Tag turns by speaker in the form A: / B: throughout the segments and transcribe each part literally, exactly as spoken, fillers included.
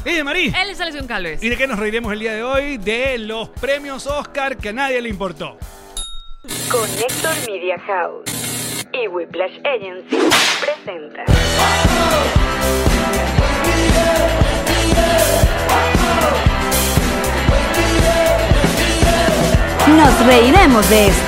A: Ella Marí.
B: Él es Alex Goncalves.
A: ¿Y de qué nos reiremos el día de hoy? De los premios Oscar que a nadie le importó.
C: Connector Media House y Whiplash Agency presenta
D: Nos reiremos de esto.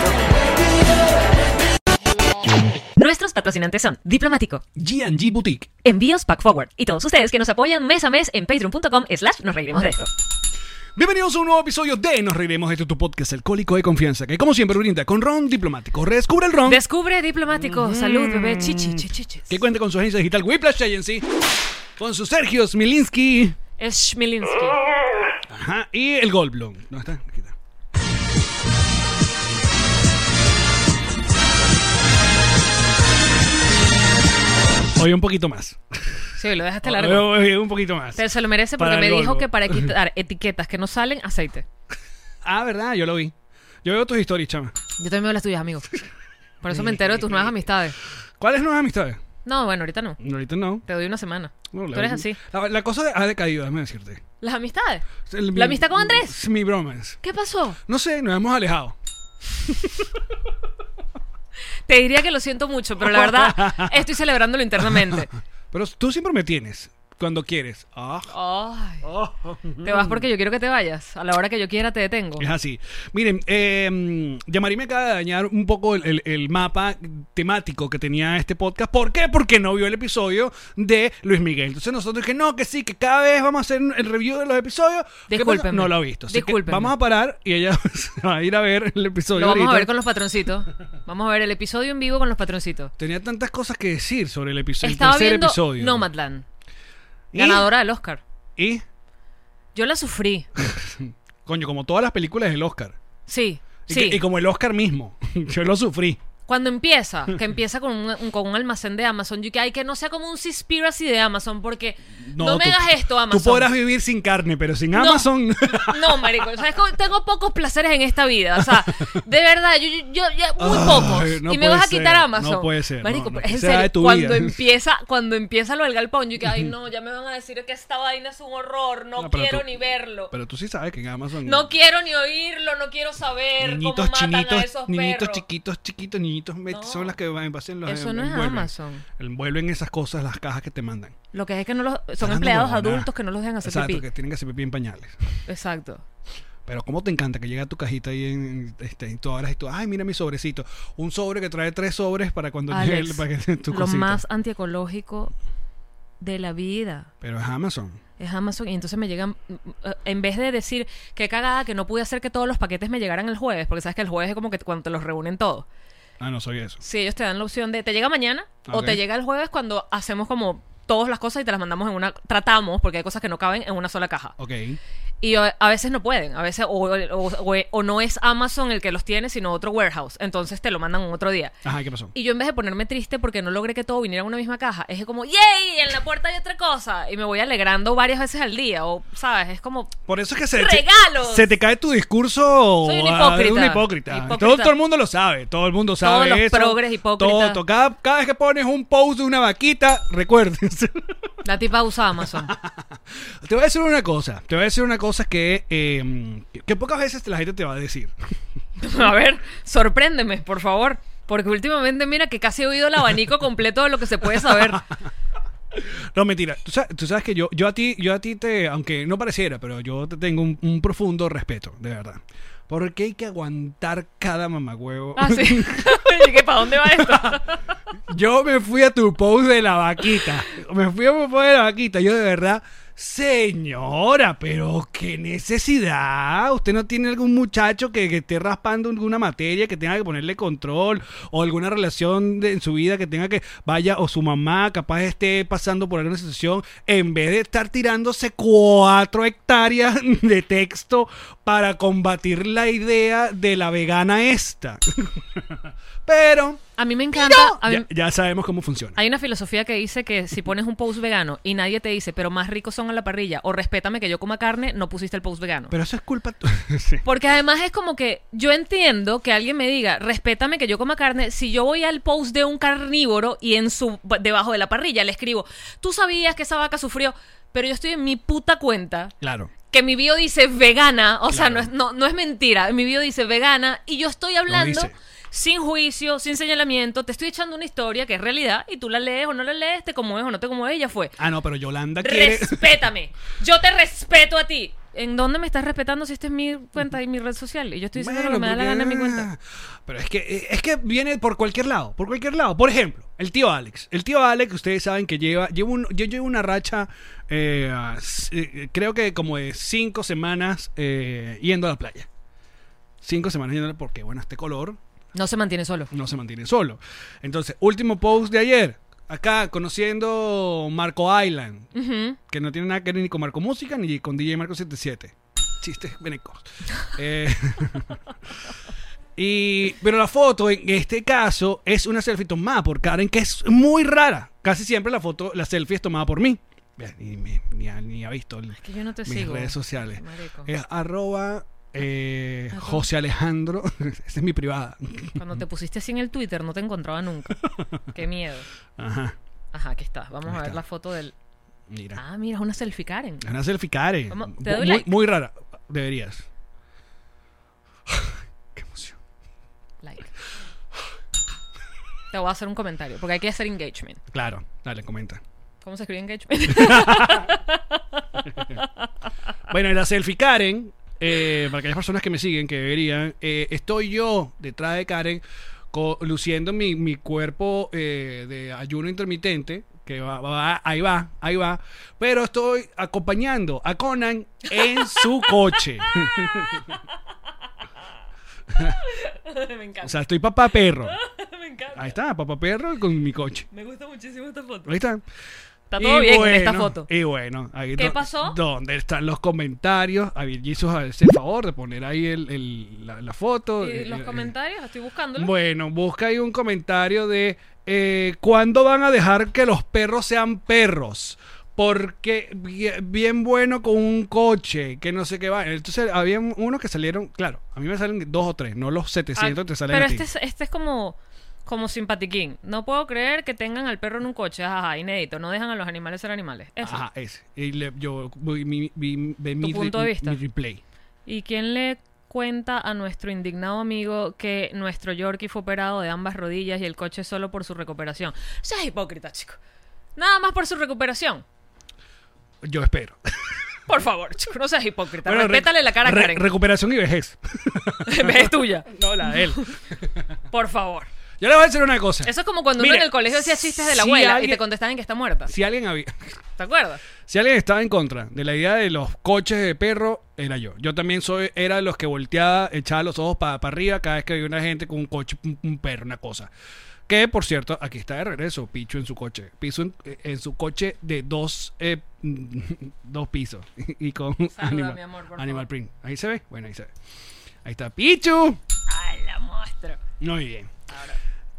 B: Nuestros patrocinantes son Diplomático,
A: G and G Boutique,
B: Envíos Pack Forward y todos ustedes que nos apoyan mes a mes en patreon.com slash nos reiremos de esto.
A: Bienvenidos a un nuevo episodio de Nos reiremos de esto, tu podcast alcohólico de confianza, que como siempre brinda con ron diplomático. Redescubre el ron.
B: Descubre Diplomático. Mm. Salud, bebé. Chichi, chichiches.
A: Que cuente con su agencia digital Whiplash Agency, con su Sergio Smilinski.
B: Es Smilinski.
A: Ajá. Y el Goldblum. ¿Dónde está? Aquí está. Hoy un poquito más.
B: Sí, lo dejaste largo.
A: Hoy un poquito más.
B: Pero se lo merece porque
A: Para
B: me
A: el
B: dijo
A: Goldblum.
B: que para quitar etiquetas que no salen, aceite.
A: Ah, ¿verdad? Yo lo vi. Yo veo tus historias, chama.
B: Yo también veo las tuyas, amigo. Por eso me entero de tus nuevas amistades.
A: ¿Cuáles nuevas amistades?
B: No, bueno, ahorita no.
A: Ahorita no.
B: Te doy una semana.
A: No,
B: Tú
A: la-
B: eres así.
A: La, la cosa ha decaído, déjame decirte.
B: ¿Las amistades?
A: El-
B: ¿La amistad con Andrés?
A: Mi bromance.
B: ¿Qué pasó?
A: No sé, nos hemos alejado.
B: Te diría que lo siento mucho, pero la verdad estoy celebrándolo internamente.
A: Pero tú siempre me tienes cuando quieres. Ah.
B: Ay,
A: Oh.
B: te vas porque yo quiero que te vayas. A la hora que yo quiera te detengo.
A: Es así. Miren, eh, Yamari me acaba de dañar un poco el, el- el mapa temático que tenía este podcast. ¿Por qué? Porque no vio el episodio de Luis Miguel. Entonces nosotros que no, que sí, que cada vez vamos a hacer el review de los episodios. ¿Qué pasa?
B: Discúlpenme.
A: No lo ha visto. Así que
B: Discúlpenme.
A: vamos a parar y ella va a ir a ver el episodio.
B: Lo vamos
A: ahorita.
B: a ver con los patroncitos. Vamos a ver el episodio en vivo con los patroncitos.
A: Tenía tantas cosas que decir sobre el, episodio, el
B: Estaba
A: tercer
B: viendo
A: episodio.
B: Nomadland,
A: ¿Y?
B: ganadora del Oscar.
A: Y,
B: Yo la sufrí.
A: coño, como todas las películas del Oscar.
B: Sí,
A: Y,
B: sí.
A: que- y como el Oscar mismo. Yo lo sufrí.
B: Cuando empieza, que empieza con un, un- con un almacén de Amazon, yo que hay que no sea como un Seaspiracy de Amazon, porque no, me
A: tú-
B: hagas esto, Amazon.
A: Tú podrás vivir sin carne, pero sin
B: No.
A: Amazon.
B: No, marico, o sea, es como- tengo pocos placeres en esta vida, o sea, de verdad, yo, yo, yo- ya, muy
A: Ay,
B: pocos,
A: no
B: y me
A: puede
B: vas a quitar
A: ser,
B: Amazon.
A: no puede ser,
B: Marico,
A: no, no,
B: pero es en
A: sea de
B: serio,
A: tu
B: cuando
A: vida.
B: empieza, cuando empieza lo del galpón, yo que, ay no, ya me van a decir que esta vaina es un horror, no,
A: No, pero
B: quiero
A: tú-
B: ni verlo.
A: Pero tú sí sabes que en Amazon.
B: No quiero ni oírlo, no quiero saber
A: Niñitos
B: cómo matan
A: chinitos,
B: a esos
A: niñitos
B: perros.
A: chiquitos, chiquitos, niñitos met-
B: No.
A: son las que van pasen los
B: Eso no es
A: envuelven.
B: Amazon.
A: Envuelven esas cosas, las cajas que te mandan.
B: Lo que es que no los, son
A: Estás dando
B: empleados
A: huevonada.
B: adultos que no los dejan hacer
A: Exacto,
B: pipí.
A: que tienen que hacer pipí en pañales.
B: Exacto.
A: Pero cómo te encanta que llega tu cajita ahí en, este, y tú abras y tú, ay, mira mi sobrecito. Un sobre que trae tres sobres para cuando llegue
B: Alex,
A: el, para que, tu
B: lo
A: cosita.
B: más antiecológico de la vida
A: Pero es Amazon.
B: es Amazon, y entonces me llegan, en vez de decir que cagada que no pude hacer que todos los paquetes me llegaran el jueves, porque sabes que el jueves es como que cuando te los reúnen todos.
A: Ah, no soy eso.
B: Sí, ellos te dan la opción de te llega mañana o
A: Ok.
B: te llega el jueves cuando hacemos como todas las cosas y te las mandamos en una, tratamos, porque hay cosas que no caben en una sola caja.
A: Ok.
B: Y a, a veces no pueden, a veces o, o- o- o no es Amazon el que los tiene, sino otro warehouse, entonces te lo mandan un otro día.
A: Ajá, ¿qué pasó?
B: Y yo en vez de ponerme triste porque no logré que todo viniera en una misma caja, es como ¡yay! En la puerta hay otra cosa. Y me voy alegrando varias veces al día. O, ¿sabes? Es como
A: Por eso es que se,
B: ¡regalos!
A: se, se te cae tu discurso.
B: Soy un
A: ah,
B: hipócrita.
A: un hipócrita.
B: Hipócrita.
A: Todo, todo el mundo lo sabe. Todo el mundo sabe
B: Todos los
A: eso.
B: progres hipócritas.
A: Todo, todo. Cada, cada vez que pones un post de una vaquita, recuerdes.
B: La tipa usa Amazon.
A: Te voy a decir una cosa. Te voy a decir una cosa que, eh, que pocas veces la gente te va a decir.
B: A ver, sorpréndeme, por favor. Porque últimamente, mira que casi he oído el abanico completo de lo que se puede saber.
A: No, mentira. Tú sabes, tú sabes que yo, yo a ti, yo a ti te, aunque no pareciera, pero yo te tengo un, un profundo respeto, de verdad. Porque hay que aguantar cada mamagüevo.
B: Ah, sí. ¿Y qué, para dónde va esto?
A: Yo me fui a tu post de la vaquita. Me fui a tu post de la vaquita. Yo de verdad, señora, pero qué necesidad. ¿Usted no tiene algún muchacho que, que esté raspando alguna materia, que tenga que ponerle control? O alguna relación de, en su vida que tenga que vaya, o su mamá capaz esté pasando por alguna situación, en vez de estar tirándose cuatro hectáreas de texto para combatir la idea de la vegana esta. Pero
B: A mí me encanta. A mí,
A: ya, ya sabemos cómo funciona.
B: hay una filosofía que dice que si pones un post vegano y nadie te dice, pero más ricos son a la parrilla, o respétame que yo coma carne, no pusiste el post vegano.
A: Pero eso es culpa tu... sí.
B: Porque además es como que yo entiendo que alguien me diga, respétame que yo coma carne, si yo voy al post de un carnívoro y en su debajo de la parrilla le escribo, tú sabías que esa vaca sufrió, pero yo estoy en mi puta cuenta.
A: Claro.
B: Que mi bio dice vegana, o
A: Claro.
B: sea, no es, no, no es mentira. Mi bio dice vegana y yo estoy hablando
A: dice.
B: sin juicio, sin señalamiento. Te estoy echando una historia que es realidad y tú la lees o no la lees, te conmueves o no te conmueves y ya fue.
A: Ah, no, pero Yolanda quiere...
B: Respétame. Yo te respeto a ti. ¿En dónde me estás respetando si esta es mi cuenta y mi red social? Y yo estoy diciendo
A: Bueno,
B: lo que me da la
A: porque-
B: gana en mi cuenta.
A: Pero es que es que viene por cualquier lado, por cualquier lado. Por ejemplo, el tío Alex. El tío Alex, ustedes saben que lleva, lleva un, yo llevo una racha, eh, eh, creo que como de cinco semanas eh, yendo a la playa. Cinco semanas yendo a la porque, bueno, este color
B: No se mantiene solo.
A: no se mantiene solo. Entonces, último post de ayer. Acá, conociendo Marco Island.
B: Ujú.
A: Que no tiene nada que ver ni con Marco Música ni con D J Marco setenta y siete. Chistes venecos. eh, y, pero la foto en este caso es una selfie tomada por Karen, que es muy rara. Casi siempre la foto, la selfie es tomada por mí. Ve, Ni, ni, ni ha, ni ha visto el-
B: Es que yo no te
A: mis
B: sigo.
A: redes sociales.
B: Marico.
A: Es arroba eh,
B: Arroba.
A: José Alejandro. Esa es mi privada.
B: Cuando te pusiste así en el Twitter no te encontraba nunca. Qué miedo.
A: Ajá.
B: Ajá, aquí está. Vamos
A: Ahí
B: a ver
A: está.
B: la foto del...
A: Mira.
B: Ah, mira, es una selfie Karen.
A: Es una selfie Karen.
B: Vamos, ¿te doy
A: muy,
B: like?
A: muy rara. Deberías. Qué emoción.
B: Like. Te voy a hacer un comentario, porque hay que hacer engagement.
A: Claro, dale, comenta.
B: ¿Cómo se escribe engagement?
A: Bueno, en la selfie Karen, eh, para aquellas personas que me siguen, que deberían, eh, estoy yo detrás de Karen, co- luciendo mi, mi cuerpo eh, de ayuno intermitente, que va, va- ahí va, ahí va, pero estoy acompañando a Conan en su coche.
B: Me encanta.
A: O sea, estoy papá perro.
B: Me encanta.
A: Ahí está, papá perro con mi coche.
B: Me gusta muchísimo esta foto.
A: Ahí está.
B: Está todo bien en esta foto.
A: Y bueno, ahí
B: ¿Qué
A: do-
B: pasó?
A: ¿Dónde están los comentarios? A ver, Jesus, a ese favor de poner ahí el, el- la, la foto.
B: ¿Y
A: Eh,
B: los
A: eh,
B: comentarios? Estoy buscándolo.
A: Bueno, busca ahí un comentario de eh, ¿cuándo van a dejar que los perros sean perros? Porque bien, bien bueno con un coche, que no sé qué va. Entonces, había unos que salieron, claro, a mí me salen dos o tres, no los setecientos
B: Ah,
A: que te salen
B: pero
A: a ti.
B: este es, este es como, como simpatiquín. No puedo creer que tengan al perro en un coche. Ajá, inédito. No dejan a los animales ser animales. Eso.
A: Ajá, ese. Y le- yo vi, mi, vi- vi mi,
B: punto
A: re-
B: de vista.
A: mi replay.
B: ¿Y quién le cuenta a nuestro indignado amigo que nuestro Yorkie fue operado de ambas rodillas y el coche solo por su recuperación? Seas hipócrita, chico. Nada más por su recuperación.
A: Yo espero.
B: Por favor, chico, no seas hipócrita.
A: Bueno,
B: Respétale
A: re-
B: la cara a
A: re-
B: Karen.
A: recuperación y vejez.
B: Es tuya.
A: No, la de él.
B: Por favor.
A: Yo le voy a decir una cosa.
B: Eso es como cuando
A: Mire,
B: uno en el colegio hacía chistes de la
A: si
B: abuela y
A: alguien-
B: te contestaban que está muerta.
A: Si alguien había,
B: ¿Te acuerdas?
A: si alguien estaba en contra de la idea de los coches de perro, era yo. Yo también soy, era de los que volteaba, echaba los ojos para arriba cada vez que veía una gente con un coche, un, un perro, una cosa. Que, por cierto, aquí está de regreso, Pichu en su coche. Piso en, en su coche de dos, eh, dos pisos. Y con Animal,
B: mi amor, por
A: Animal
B: favor.
A: Print. Ahí se ve. Bueno, ahí se ve. Ahí está Pichu.
B: Ay, la monstruo.
A: Muy bien.
B: Ahora.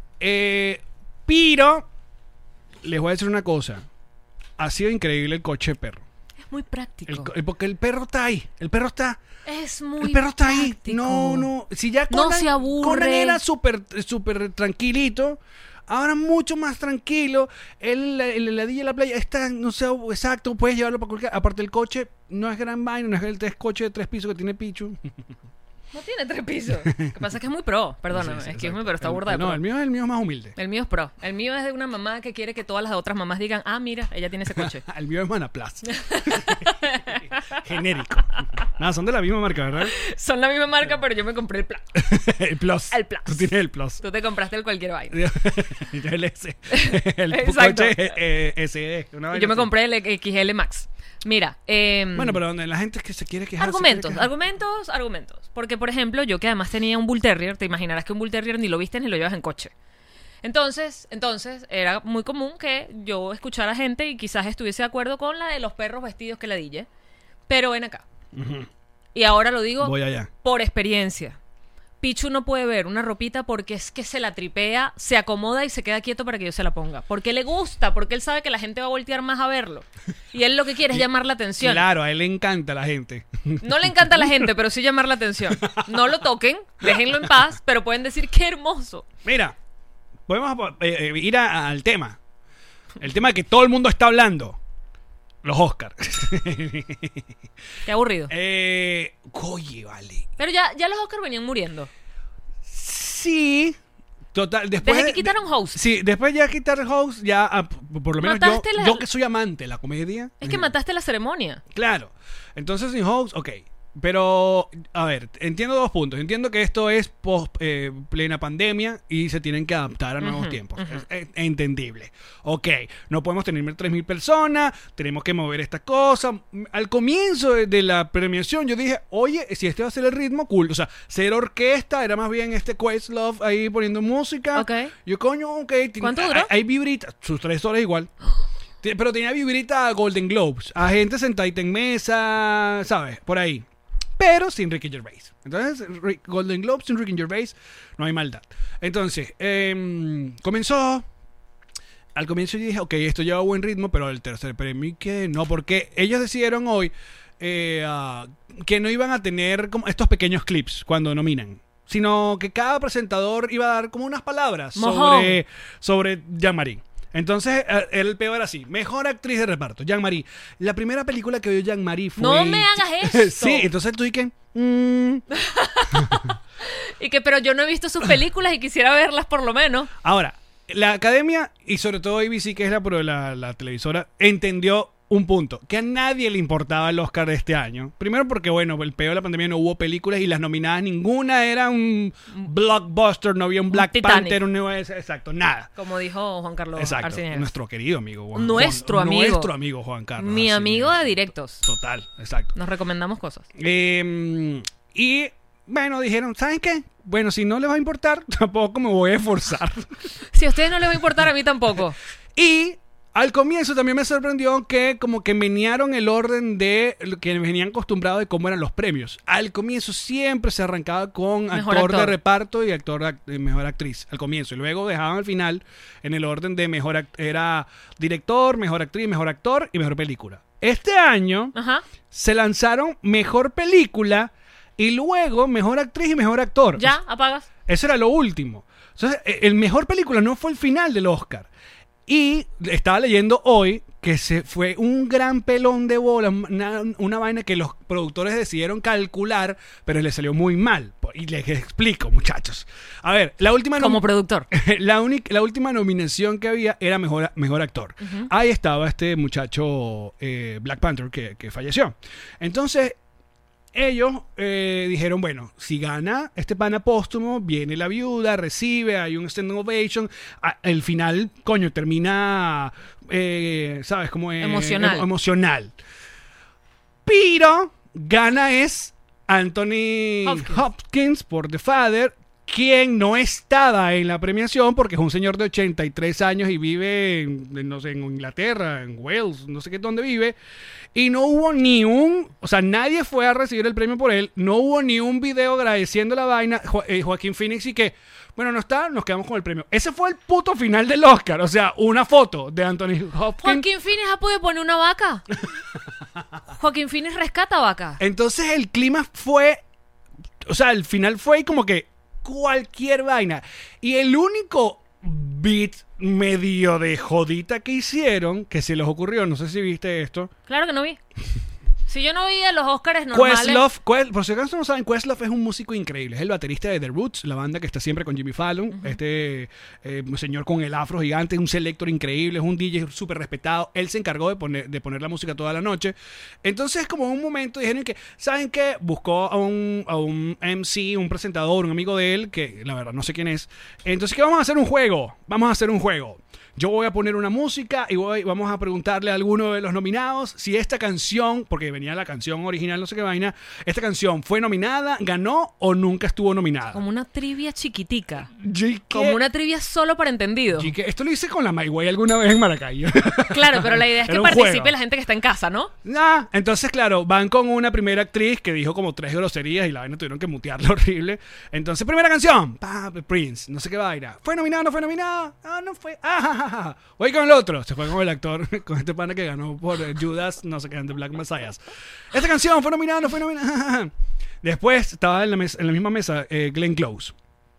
A: Eh, pero les voy a decir una cosa. Ha sido increíble el coche de perro.
B: Es muy práctico.
A: El co- el- porque el perro está ahí. El perro está.
B: es muy
A: El perro está ahí.
B: práctico.
A: No, no. Si ya
B: No
A: Conan,
B: se aburre.
A: Conan era súper súper tranquilito. Ahora mucho más tranquilo. El, el heladillo de la playa está, no sé, exacto. Puedes llevarlo para cualquier. Aparte, el coche no es gran vaina. No es el tres coche de tres pisos que tiene Pichu.
B: No tiene tres pisos. Lo que pasa es que es muy pro. Perdóname.
A: Sí, sí,
B: es que es
A: exacto.
B: muy pero está
A: El-
B: burda de
A: No,
B: pro.
A: el mío, el mío es más humilde.
B: El mío es pro. El mío es de una mamá que quiere que todas las otras mamás digan, ah, mira, ella tiene ese coche.
A: El mío es Manaplas. Genérico. Nada, son de la misma marca, ¿verdad?
B: Son la misma marca, pero yo me compré el plan.
A: El Plus.
B: El Plus.
A: Tú tienes el Plus.
B: Tú te compraste el cualquier vaina.
A: Yo el S. El
B: Exacto.
A: coche eh, S D. una
B: Y
A: vaina
B: yo me
A: así.
B: compré el X L Max. Mira, eh,
A: Bueno, pero donde la gente que se quiere quejar. se
B: argumentos,
A: quiere quejar.
B: argumentos, argumentos. Porque, por ejemplo, yo que además tenía un Bull Terrier, te imaginarás que un Bull Terrier ni lo viste ni lo llevas en coche. Entonces, entonces era muy común que yo escuchara gente y quizás estuviese de acuerdo con la de los perros vestidos que la dille. Pero ven acá. Y ahora lo digo
A: Voy allá.
B: por experiencia. Pichu no puede ver una ropita porque es que se la tripea, se acomoda y se queda quieto para que yo se la ponga. Porque le gusta, porque él sabe que la gente va a voltear más a verlo. Y él lo que quiere es llamar la atención.
A: Claro, a él le encanta a la gente.
B: No le encanta a la gente, pero sí llamar la atención. No lo toquen, déjenlo en paz, pero pueden decir qué hermoso.
A: Mira, podemos eh, eh, ir a- al tema. El tema que todo el mundo está hablando. Los Oscars.
B: Qué aburrido.
A: eh, oye, vale.
B: Pero ya, ya los Oscars venían muriendo.
A: Sí. Total, después
B: Desde que quitaron host.
A: Sí, después ya quitaron host, ya ah, p- por lo menos yo,
B: Mataste la-
A: yo que soy amante de la comedia.
B: Es que
A: eh,
B: mataste la ceremonia.
A: Claro. Entonces sin host, ok. Pero, a ver, entiendo dos puntos. Entiendo que esto es post eh, plena pandemia y se tienen que adaptar a nuevos
B: Ujú,
A: tiempos.
B: ujú.
A: Es, es entendible. Ok, no podemos tener tres mil personas, tenemos que mover esta cosa. Al comienzo de, de la premiación yo dije, oye, si este va a ser el ritmo, cool. O sea, ser orquesta era más bien este Questlove ahí poniendo música.
B: Ok.
A: Yo, coño, ok. tiene-
B: ¿Cuánto
A: hay-
B: duró?
A: Hay vibritas, sus tres horas igual. Ti- Pero tenía vibrita a Golden Globes, a gente sentadita en mesa, ¿sabes? Por ahí. Pero sin Ricky Gervais. Entonces, Rick- Golden Globes sin Ricky Gervais, no hay maldad. Entonces, em, comenzó. Al comienzo yo dije, ok, esto lleva buen ritmo, pero el tercer premio, ¿y qué? No, porque ellos decidieron hoy eh, ah, que no iban a tener como estos pequeños clips cuando nominan, sino que cada presentador iba a dar como unas palabras
B: Mojón.
A: sobre, sobre Jean-Marie. Entonces, eh, el peor era así. Mejor actriz de reparto, Jean-Marie. La primera película que vio Jean-Marie fue...
B: No me hagas esto.
A: Sí, entonces tú y que... mm.
B: Y que, pero yo no he visto sus películas y quisiera verlas por lo menos.
A: Ahora, la academia y sobre todo A B C, que es la, pro- la, la televisora, entendió un punto, que a nadie le importaba el Oscar de este año. Primero porque, bueno, el peor de la pandemia no hubo películas y las nominadas ninguna era un blockbuster, no había un Black
B: Titanic.
A: Panther, un nuevo... Exacto, nada.
B: Como dijo Juan Carlos
A: Exacto,
B: Arciniegas.
A: nuestro querido amigo Juan.
B: Nuestro
A: Juan-
B: amigo.
A: Nuestro amigo Juan Carlos.
B: Mi
A: Arciniegas.
B: amigo de directos.
A: Total, exacto.
B: Nos recomendamos cosas.
A: Eh, y bueno, dijeron, ¿saben qué? Bueno, si no les va a importar, tampoco me voy a esforzar.
B: Si a ustedes no les va a importar, a mí tampoco.
A: Y al comienzo también me sorprendió que como que menearon el orden de lo que venían acostumbrados de cómo eran los premios. Al comienzo siempre se arrancaba con
B: Mejor
A: actor, de
B: actor.
A: reparto y actor de, de mejor actriz al comienzo. Y luego dejaban al final en el orden de mejor act- era director, mejor actriz, mejor actor y mejor película. Este año
B: Ajá.
A: se lanzaron mejor película y luego mejor actriz y mejor actor.
B: Ya, apagas.
A: Eso era lo último. Entonces, eh, el mejor película no fue el final del Oscar. Y estaba leyendo hoy que se fue un gran pelón de bola, una, una vaina que los productores decidieron calcular, pero les salió muy mal. Y les explico, muchachos. A ver, la última nom-
B: Como productor.
A: la, única, la última nominación que había era mejor, mejor actor. Ahí estaba este muchacho eh, Black Panther que, que falleció. Entonces, ellos eh, dijeron, bueno, si gana este pana póstumo, viene la viuda, recibe, hay un standing ovation. A- el final, coño, termina, eh, ¿sabes? Como eh,
B: Emocional.
A: emo- emocional. Pero gana es Anthony
B: Hopkins.
A: Hopkins por The Father, quien no estaba en la premiación porque es un señor de ochenta y tres años y vive en, en, no sé, en Inglaterra, en Wales, no sé qué dónde vive. Y no hubo ni un, o sea, nadie fue a recibir el premio por él, no hubo ni un video agradeciendo la vaina. Jo- eh, Joaquín Phoenix y que, bueno, no está, nos quedamos con el premio. Ese fue el puto final del Oscar, o sea, una foto de Anthony Hopkins.
B: Joaquín Phoenix ha podido poner una vaca. Joaquín Phoenix rescata vaca.
A: Entonces el clima fue, o sea, el final fue como que cualquier vaina. Y el único beat medio de jodita que hicieron, que se les ocurrió, no sé si viste esto.
B: Claro que no vi. Si yo no vi a los Oscars normales.
A: Questlove, Que- por si acaso no saben, Questlove es un músico increíble. Es el baterista de The Roots, la banda que está siempre con Jimmy Fallon. Este eh, señor con el afro gigante, un selector increíble, es un D J súper respetado. Él se encargó de poner, de poner la música toda la noche. Entonces, como en un momento dijeron que, ¿saben qué? Buscó a un, a un M C, un presentador, un amigo de él, que la verdad no sé quién es. Entonces, ¿qué vamos a hacer? Un juego. Vamos a hacer un juego. Yo voy a poner una música y voy, vamos a preguntarle a alguno de los nominados si esta canción, porque venía la canción original, no sé qué vaina, esta canción fue nominada, ganó o nunca estuvo nominada.
B: Como una trivia chiquitica.
A: G K
B: Como una trivia solo para entendidos.
A: G K esto lo hice con la My Way alguna vez en Maracay.
B: Claro, pero la idea es
A: Era
B: que
A: un
B: participe
A: juego.
B: la gente que está en casa, ¿no?
A: Nah, entonces, claro, van con una primera actriz que dijo como tres groserías y la vaina tuvieron que mutearla horrible. Entonces, primera canción, pa, Prince, no sé qué vaina. ¿Fue nominada, no fue nominada? Ah, no fue. Ah, ja, ja, ja. Voy con el otro. Se fue con el actor, con este pana que ganó por eh, Judas, no sé qué, de Black Messiah. Esta canción fue nominada, no fue nominada. Después estaba en la, mesa- en la misma mesa eh, Glenn Close.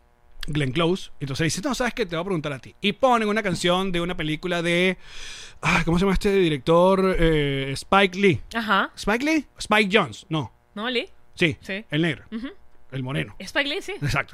A: Glenn Close. Entonces dice, no, ¿sabes qué? Te voy a preguntar a ti. Y ponen una canción de una película de... Ah, ¿cómo se llama este director? Eh, Spike Lee.
B: Ajá.
A: ¿Spike Lee? Spike Jones. No.
B: ¿No, Lee?
A: Sí.
B: Sí.
A: El negro.
B: Ujú.
A: El moreno.
B: Spike Lee, sí.
A: Exacto.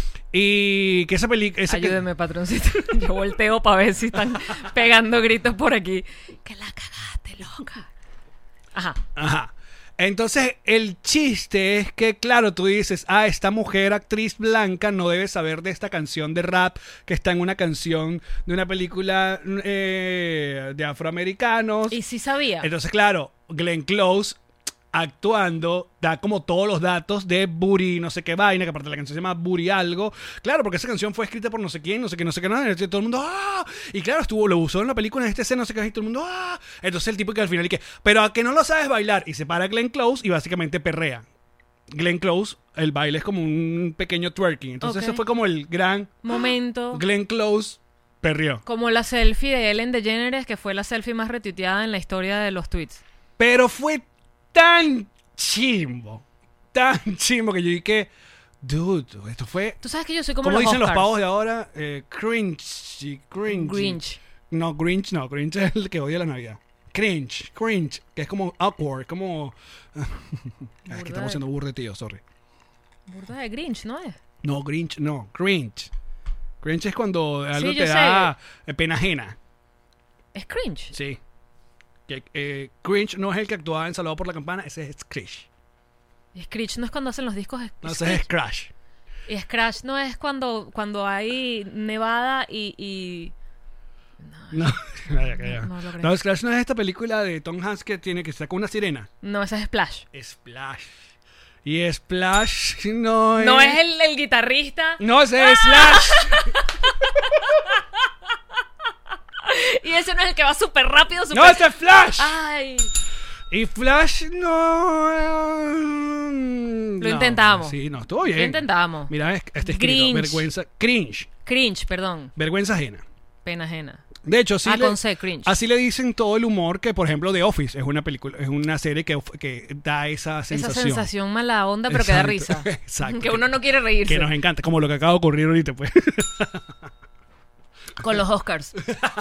A: Y que esa película...
B: Ayúdeme, patroncito. Yo volteo para ver si están pegando gritos por aquí. Que la cagaste, loca. Ajá.
A: Ajá. Entonces, el chiste es que, claro, tú dices, ah, esta mujer actriz blanca no debe saber de esta canción de rap que está en una canción de una película eh, de afroamericanos.
B: Y sí sabía.
A: Entonces, claro, Glenn Close actuando da como todos los datos de Booty, no sé qué vaina, que aparte de la canción se llama Booty algo. Claro, porque esa canción fue escrita por no sé quién, no sé qué, no sé qué, nada. Todo el mundo, ¡ah! Y claro, estuvo, lo usó en la película en esta escena, no sé qué, y todo el mundo, ¡ah! Entonces el tipo que al final, y que, pero a que no lo sabes bailar, y se para Glenn Close y básicamente perrea. Glenn Close, el baile es como un pequeño twerking. Entonces
B: Ok.
A: ese fue como el gran
B: Momento.
A: Glenn Close perreó.
B: Como la selfie de Ellen DeGeneres, que fue la selfie más retuiteada en la historia de los tweets.
A: Pero fue tan chimbo, tan chimbo que yo dije, dude, esto fue...
B: Tú sabes que yo soy como
A: ¿Cómo
B: los
A: dicen los
B: Oscars.
A: pavos de ahora? Eh, cringe, cringe.
B: Grinch.
A: No, Grinch no, Grinch es el que odia la Navidad. Cringe, cringe, que es como awkward, como... Ay, es que estamos haciendo burro de tío, sorry.
B: Burda de Grinch, ¿no es?
A: No, Grinch, no, cringe. Cringe es cuando algo
B: Sí, yo
A: te da eh, pena ajena.
B: Es cringe.
A: Sí. Que, eh, cringe no es el que actuaba en Salvado por la Campana, ese es Cringe.
B: Y Screech no es cuando hacen los discos. es-
A: No, ese
B: Screech.
A: es Crash.
B: Y Scratch no es cuando, cuando hay nevada y... y...
A: No, calla, calla.
B: No, no lo creo.
A: No, Splash no es esta película de Tom Hanks que tiene que sacar una sirena.
B: No, ese es Splash.
A: Splash. Y Splash no es.
B: No es el, el guitarrista.
A: No, ese es Slash.
B: Y ese no es el que va súper rápido, súper...
A: No, ese es Flash.
B: Ay.
A: Y Flash no. eh,
B: Lo
A: no.
B: intentamos.
A: Sí, no, estuvo bien.
B: Lo intentamos.
A: Mira, es- este escrito.
B: Grinch.
A: Vergüenza. Cringe.
B: Cringe, perdón.
A: Vergüenza ajena.
B: Pena ajena.
A: De hecho, sí
B: Ah,
A: le-
B: con C, cringe.
A: así le dicen todo el humor que, por ejemplo, The Office es una película, es una serie que, que da esa sensación.
B: Esa sensación mala onda, pero que da
A: Exacto,
B: risa.
A: exacto.
B: Que uno no quiere reírse.
A: Que nos encanta, como lo que acaba de ocurrir ahorita, pues.
B: Con los Oscars.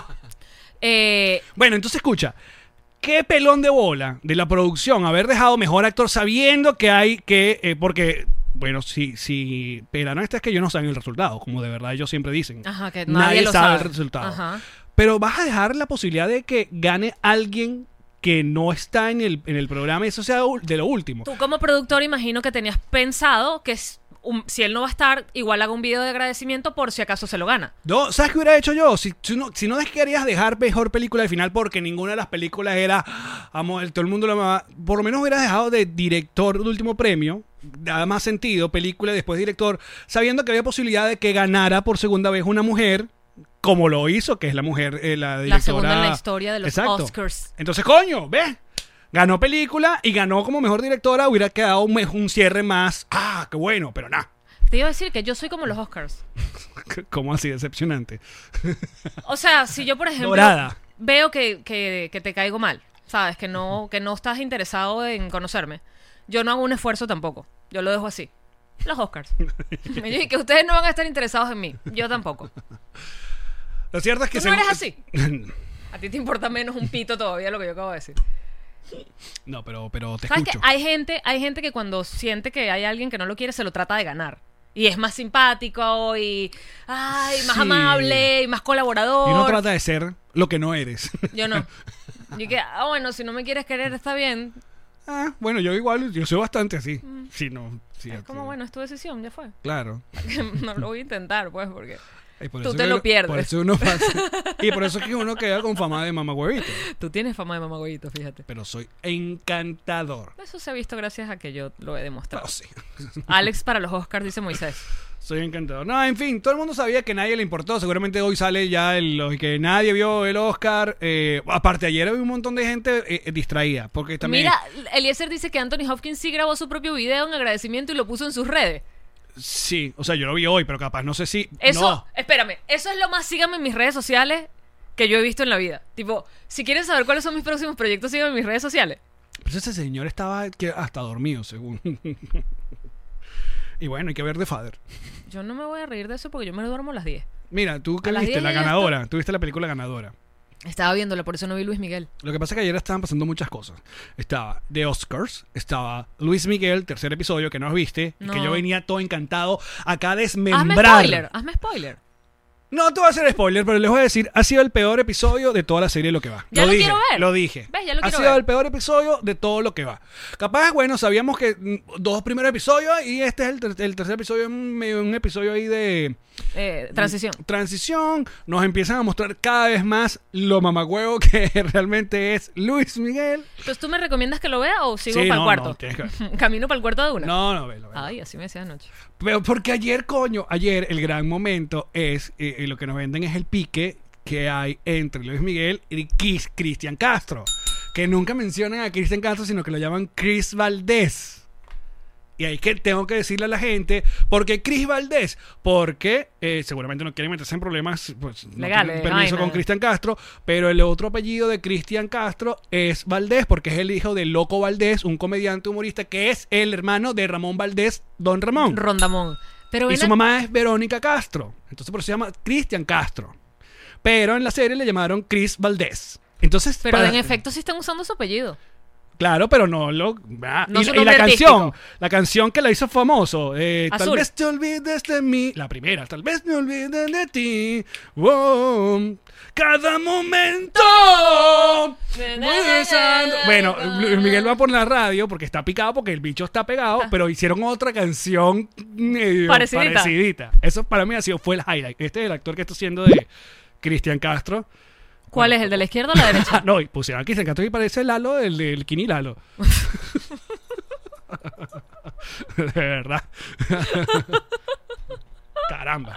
B: eh,
A: Bueno, entonces escucha. Qué pelón de bola de la producción haber dejado mejor actor sabiendo que hay que. eh, porque, bueno, si, si. Pero no, esta es que ellos no saben el resultado, como de verdad ellos siempre dicen.
B: ajá, que nadie, lo
A: sabe
B: sabe.
A: el resultado.
B: Ajá.
A: Pero vas a dejar la posibilidad de que gane alguien que no está en el, en el programa y eso sea ul- de lo último.
B: Tú como productor imagino que tenías pensado que es un- si él no va a estar, igual haga un video de agradecimiento por si acaso se lo gana.
A: No, ¿sabes qué hubiera hecho yo? Si, si no, si no querías dejar mejor película al final porque ninguna de las películas era, amo, todo el mundo lo amaba, por lo menos hubieras dejado de director de último premio, da más sentido, película y después director, sabiendo que había posibilidad de que ganara por segunda vez una mujer, como lo hizo, que es la mujer, eh, la directora.
B: La segunda en la historia de los
A: Exacto.
B: Oscars.
A: Entonces, coño, ¿ves? Ganó película y ganó como mejor directora, hubiera quedado un, un cierre más, ah, qué bueno, pero nada.
B: Te iba a decir que yo soy como los Oscars.
A: ¿Cómo así? Decepcionante.
B: O sea, si yo, por ejemplo,
A: Dorada.
B: veo que, que, que te caigo mal, ¿sabes? Que no, que no estás interesado en conocerme. Yo no hago un esfuerzo tampoco. Yo lo dejo así. Los Oscars. Yo dije que ustedes no van a estar interesados en mí. Yo tampoco.
A: Lo cierto es que...
B: ¿Tú no
A: según-
B: eres así? A ti te importa menos un pito todavía lo que yo acabo de decir.
A: No, pero, pero te
B: ¿Sabes que
A: escucho.
B: hay gente, hay gente que cuando siente que hay alguien que no lo quiere, se lo trata de ganar? Y es más simpático y ay, más
A: Sí.
B: amable y más colaborador.
A: Y uno trata de ser lo que no eres.
B: Yo no. Yo que, ah, bueno, si no me quieres querer está bien.
A: Ah, bueno, yo igual, yo soy bastante así. Sí, no. Sí,
B: Es como,
A: sí.
B: bueno, es tu decisión, ya fue.
A: Claro.
B: No lo voy a intentar, pues, porque
A: Y por
B: Tú
A: eso
B: te
A: que
B: lo
A: uno-
B: pierdes.
A: Por eso uno pasa- y por eso es que uno queda con fama de mamagüevito.
B: tú tienes fama de mamagüeyito, fíjate.
A: Pero soy encantador.
B: Eso se ha visto gracias a que yo lo he demostrado.
A: No, sí.
B: Alex para los Oscars, dice Moisés.
A: Soy encantador. No, en fin, todo el mundo sabía que a nadie le importó. Seguramente hoy sale ya el, lo que nadie vio el Oscar. Eh, aparte, ayer había un montón de gente eh, distraída. Porque también.
B: Mira, Eliezer dice que Anthony Hopkins sí grabó su propio video en agradecimiento y lo puso en sus redes.
A: Sí, o sea, yo lo vi hoy, pero capaz no sé si.
B: Eso,
A: No.
B: espérame, eso es lo más, síganme en mis redes sociales que yo he visto en la vida. Tipo, si quieren saber cuáles son mis próximos proyectos, síganme en mis redes sociales.
A: Pues ese señor estaba que hasta dormido, según. Y bueno, hay que ver The Father.
B: Yo no me voy a reír de eso porque yo me duermo a las diez.
A: Mira, tú que
B: A las
A: viste
B: diez
A: la
B: ya
A: ganadora, tú viste la película ganadora.
B: Estaba viéndola, por eso no vi Luis Miguel.
A: Lo que pasa es que ayer estaban pasando muchas cosas. Estaba The Oscars, estaba Luis Miguel, tercer episodio que no viste, y
B: No.
A: que yo venía todo encantado acá a
B: Hazme
A: desmembrar.
B: spoiler, hazme spoiler.
A: No te voy a hacer spoiler, pero les voy a decir, ha sido el peor episodio de toda la serie Lo que va.
B: Ya lo
A: dije,
B: quiero ver.
A: Lo dije.
B: ¿Ves? Ya lo
A: ha
B: quiero
A: sido
B: ver.
A: el peor episodio de todo Lo que va. Capaz, bueno, sabíamos que mm, dos primeros episodios y este es el, ter- el tercer episodio, un, medio- un episodio ahí de
B: Eh, transición.
A: transición. Nos empiezan a mostrar cada vez más lo mamagüevo que realmente es Luis Miguel.
B: Entonces, ¿tú me recomiendas que lo vea o sigo
A: Sí,
B: para el
A: no,
B: cuarto?
A: no, tienes que ver.
B: Camino para el cuarto de una.
A: No, no, velo, velo.
B: Ay, así me decía anoche.
A: Pero porque ayer, coño, ayer el gran momento es, eh, eh, lo que nos venden es el pique que hay entre Luis Miguel y Chris- Cristian Castro. Que nunca mencionan a Cristian Castro, sino que lo llaman Chris Valdés. Y ahí que tengo que decirle a la gente, ¿por qué Chris Valdés? Porque eh, seguramente no quieren meterse en problemas, pues no
B: Legales,
A: tienen permiso
B: vaina.
A: con Cristian Castro, pero el otro apellido de Cristian Castro es Valdés, porque es el hijo de Loco Valdés, un comediante humorista que es el hermano de Ramón Valdés, Don Ramón.
B: Rondamón. Pero
A: Y
B: ven
A: su
B: a-
A: mamá es Verónica Castro. Entonces por eso se llama Cristian Castro. Pero en la serie le llamaron Chris Valdés. Entonces,
B: Pero
A: para-
B: en efecto sí están usando su apellido.
A: Claro, pero no lo. ah,
B: No
A: y,
B: su
A: la- y la
B: nombre
A: canción,
B: artístico.
A: la canción que la hizo famoso. eh, tal
B: Azul.
A: vez te olvides de mí. La primera, tal vez me olvide de ti. Wow, cada momento. besando. Bueno, Luis Miguel va por la radio porque está picado, porque el bicho está pegado, pero hicieron otra canción medio
B: Parecidita.
A: parecidita. Eso para mí ha sido, fue el highlight. Este es el actor que está haciendo de Cristian Castro.
B: ¿Cuál es? ¿El de la izquierda o la derecha?
A: Ah, no, y pusieron a Cristian Castro y parece Lalo del, del Kini Lalo. De verdad. Caramba.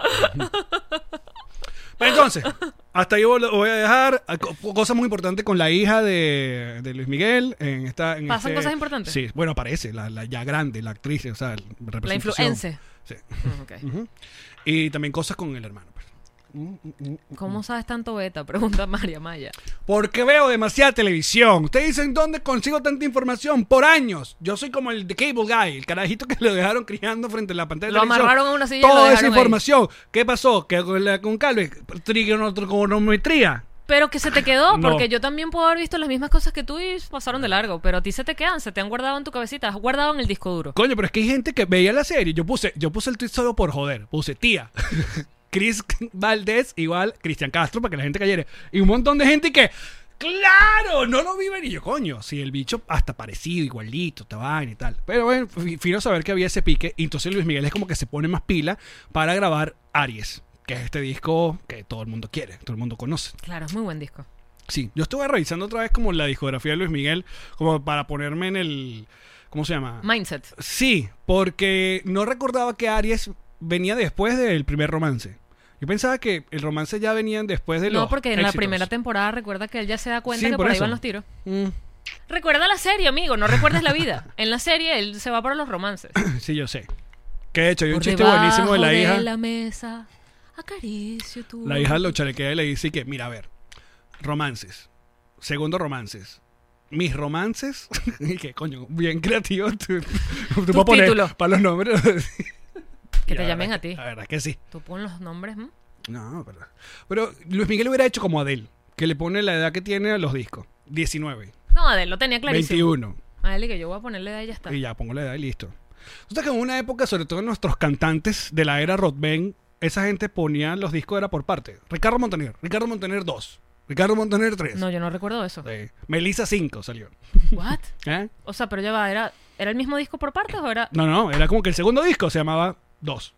A: Pero entonces, hasta ahí lo voy a dejar. Co- Cosas muy importantes con la hija de, de Luis Miguel. En esta, en
B: ¿Pasan
A: este-
B: cosas importantes?
A: Sí, bueno, aparece, la, la ya grande, la actriz, o sea,
B: La
A: representación.
B: influencer.
A: Sí.
B: Mm, ok.
A: Ujú. Y también cosas con el hermano. pues.
B: ¿Cómo sabes tanto beta? Pregunta María Maya.
A: Porque veo demasiada televisión. Ustedes dicen, ¿dónde consigo tanta información? Por años. Yo soy como el de Cable Guy, el carajito que lo dejaron criando frente a la pantalla de
B: Lo
A: televisión.
B: amarraron a una silla y lo
A: Toda esa
B: dejaron ahí.
A: información. ¿Qué pasó? Que con, la, con Calves, trigonometría.
B: Pero que se te quedó,
A: No.
B: porque yo también puedo haber visto las mismas cosas que tú y pasaron de largo, pero a ti se te quedan, se te han guardado en tu cabecita, has guardado en el disco duro.
A: Coño, pero es que hay gente que veía la serie. Yo puse, yo puse el tweet solo por joder. Puse tía. Chris Valdés igual Cristian Castro para que la gente cayera. Y un montón de gente que, ¡claro! No lo vi venir. Y yo, coño, si el bicho hasta parecido, igualito, esta vaina y tal. Pero bueno, f- fino saber que había ese pique. Y entonces Luis Miguel es como que se pone más pila para grabar Aries, que es este disco que todo el mundo quiere, todo el mundo conoce.
B: Claro, es muy buen disco.
A: Sí, yo estuve revisando otra vez como la discografía de Luis Miguel, como para ponerme en el... ¿Cómo se llama?
B: Mindset.
A: Sí, porque no recordaba que Aries venía después del primer romance. Yo pensaba que el romance ya venían después de los
B: No, porque en la
A: éxitos.
B: primera temporada recuerda que él ya se da cuenta
A: Sí,
B: que
A: por
B: por ahí
A: eso.
B: van los tiros.
A: Mm,
B: Recuerda la serie, amigo, no recuerdes la vida. En la serie él se va para los romances.
A: sí, yo sé. Que de hecho hay un
B: Por
A: chiste
B: debajo
A: buenísimo de la hija.
B: la mesa, acaricio tu...
A: La hija lo chalequea y le dice que, mira, a ver, romances. Segundo, romances. Mis romances. Y que, coño, bien creativo. Tú, tú puedes poner
B: títulos.
A: para los nombres.
B: Que
A: Y
B: te
A: la
B: llamen
A: verdad
B: a ti.
A: que- La verdad que sí.
B: Tú pon los nombres. ¿m?
A: No, pero, pero Luis Miguel hubiera hecho como Adele, que le pone la edad que tiene a los discos. diecinueve,
B: No, Adel lo tenía clarísimo.
A: veintiuno.
B: Adel, y que yo voy a ponerle de ella está.
A: Y ya, pongo la edad y listo. Entonces que en una época, sobre todo nuestros cantantes de la era Rock Band, esa gente ponía los discos, era por parte. Ricardo Montaner, Ricardo Montaner dos, Ricardo Montaner tres.
B: No, yo no recuerdo eso.
A: Sí. Melissa cinco salió.
B: What?
A: ¿Eh?
B: O sea, pero ya va, ¿era, ¿era el mismo disco por partes o era...?
A: No, no, era como que el segundo disco se llamaba dos,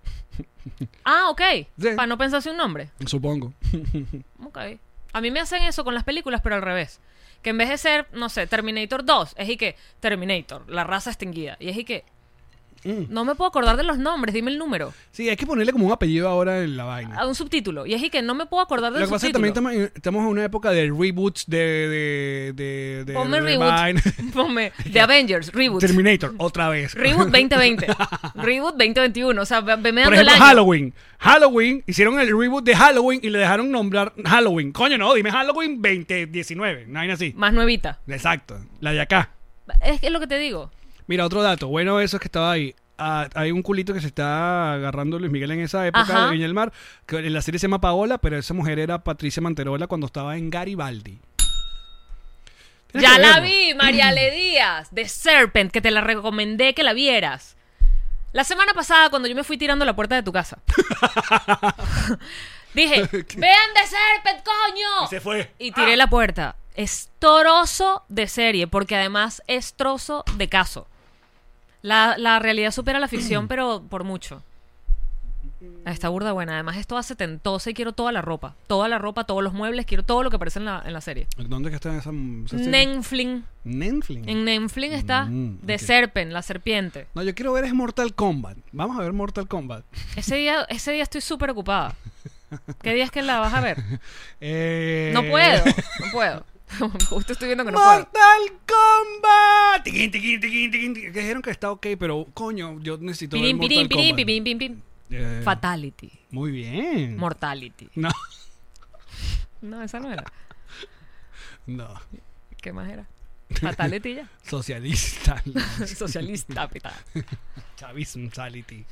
B: Ah, ok.
A: Sí.
B: Para no pensarse un nombre.
A: supongo.
B: Ok. A mí me hacen eso con las películas, pero al revés. Que en vez de ser, no sé, Terminator dos, es y que Terminator, la raza extinguida. Y es y que
A: Mm.
B: no me puedo acordar de los nombres, dime el número.
A: Sí, hay que ponerle como un apellido ahora en la vaina.
B: A un subtítulo. Y es y que no me puedo acordar del
A: Lo que pasa es que
B: subtítulo.
A: también estamos, estamos en una época de reboots de... de, de, de
B: Ponme
A: de
B: reboot.
A: vaina.
B: Ponme The Avengers, reboot.
A: Terminator, otra vez.
B: Reboot veinte veinte. Reboot veinte veintiuno. O sea, ve- veme
A: Por
B: dando el
A: ejemplo,
B: año.
A: Halloween. Halloween, hicieron el reboot de Halloween y le dejaron nombrar Halloween. Coño, no, dime Halloween veinte diecinueve. No hay así.
B: Más nuevita.
A: Exacto, la de acá.
B: Es que es lo que te digo.
A: Mira, otro dato. Bueno, eso es que estaba ahí. ah, hay un culito que se está agarrando Luis Miguel en esa época
B: Ajá.
A: en el mar, que en la serie se llama Paola, pero esa mujer era Patricia Manterola cuando estaba en Garibaldi. Tienes
B: Ya
A: que
B: la
A: verlo.
B: vi, Mariale Díaz, de Serpent, que te la recomendé que la vieras. La semana pasada, cuando yo me fui tirando a la puerta de tu casa, dije, vean de Serpent, coño.
A: Y se fue.
B: Y tiré la puerta. Es trozo de serie, porque además es trozo de caso. La, la realidad supera la ficción, pero por mucho. Está burda buena. Además es toda setentosa y quiero toda la ropa. Toda la ropa, todos los muebles, quiero todo lo que aparece en la, en la serie.
A: ¿Dónde que está esa, esa serie?
B: Nenfling.
A: Netflix.
B: En Nenfling está
A: Mm,
B: de
A: ok.
B: Serpent, la serpiente.
A: No, yo quiero ver es Mortal Kombat. Vamos a ver Mortal Kombat.
B: Ese día, ese día estoy súper ocupada. ¿Qué día es que la vas a ver?
A: Eh...
B: No puedo, no puedo. Justo estoy viendo que no puedo.
A: ¡Mortal Kombat! Tiquín, tiquín, tiquín, tiquín, tiquín. Que dijeron que está ok, pero coño, yo necesito ver
B: Pirín,
A: Mortal
B: pirín, pirín,
A: Kombat.
B: pirín, pirín, pirín.
A: Eh,
B: Fatality.
A: Muy bien.
B: Mortality.
A: No,
B: No, esa no era.
A: no.
B: ¿Qué más era? Fatality ya.
A: Socialista.
B: Socialista, pita.
A: Chavismsality.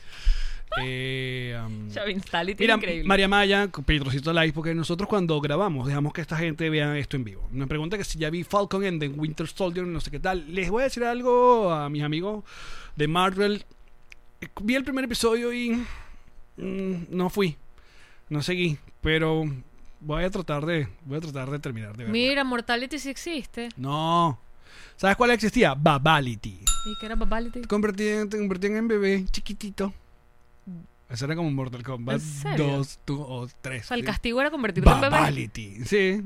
A: Eh, um,
B: Chavinstality,
A: Mira,
B: increíble.
A: María Maya, Petrocito Live, porque nosotros cuando grabamos dejamos que esta gente vea esto en vivo. Me pregunta que si ya vi Falcon and the Winter Soldier, no sé qué tal. Les voy a decir algo a mis amigos de Marvel. Vi el primer episodio y mm, no fui, no seguí, pero voy a tratar de, voy a tratar de terminar de verlo.
B: Mira, Mortality sí existe.
A: No, ¿sabes cuál existía? Babality.
B: ¿Y qué era Babality?
A: Te convertían, te convertían en bebé chiquitito. Eso era como Mortal Kombat
B: ¿En serio?
A: dos o tres.
B: O sea, el castigo era convertirte en bebé.
A: Babality, sí.